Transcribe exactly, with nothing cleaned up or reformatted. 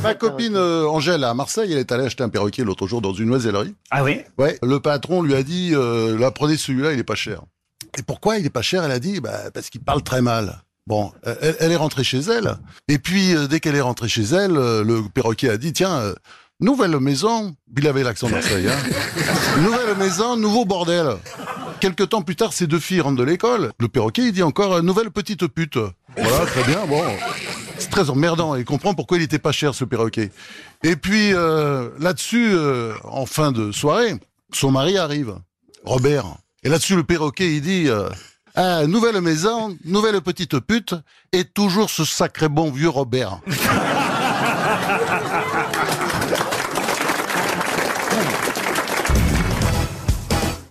Ma copine euh, Angèle à Marseille, elle est allée acheter un perroquet l'autre jour dans une oisellerie. Ah oui? Ouais. Le patron lui a dit, euh, là, prenez celui-là, il est pas cher. Et pourquoi il est pas cher? Elle a dit, bah, parce qu'il parle très mal. Bon, elle, elle est rentrée chez elle. Et puis, euh, dès qu'elle est rentrée chez elle, euh, le perroquet a dit, tiens, euh, nouvelle maison. Il avait l'accent de Marseille, hein. Nouvelle maison, nouveau bordel. Quelque temps plus tard, ces deux filles rentrent de l'école. Le perroquet, il dit encore, nouvelle petite pute. Voilà, très bien, bon. C'est très emmerdant. Il comprend pourquoi il était pas cher, ce perroquet. Et puis, euh, là-dessus, euh, en fin de soirée, son mari arrive, Robert. Et là-dessus, le perroquet, il dit, euh, ah, nouvelle maison, nouvelle petite pute, et toujours ce sacré bon vieux Robert.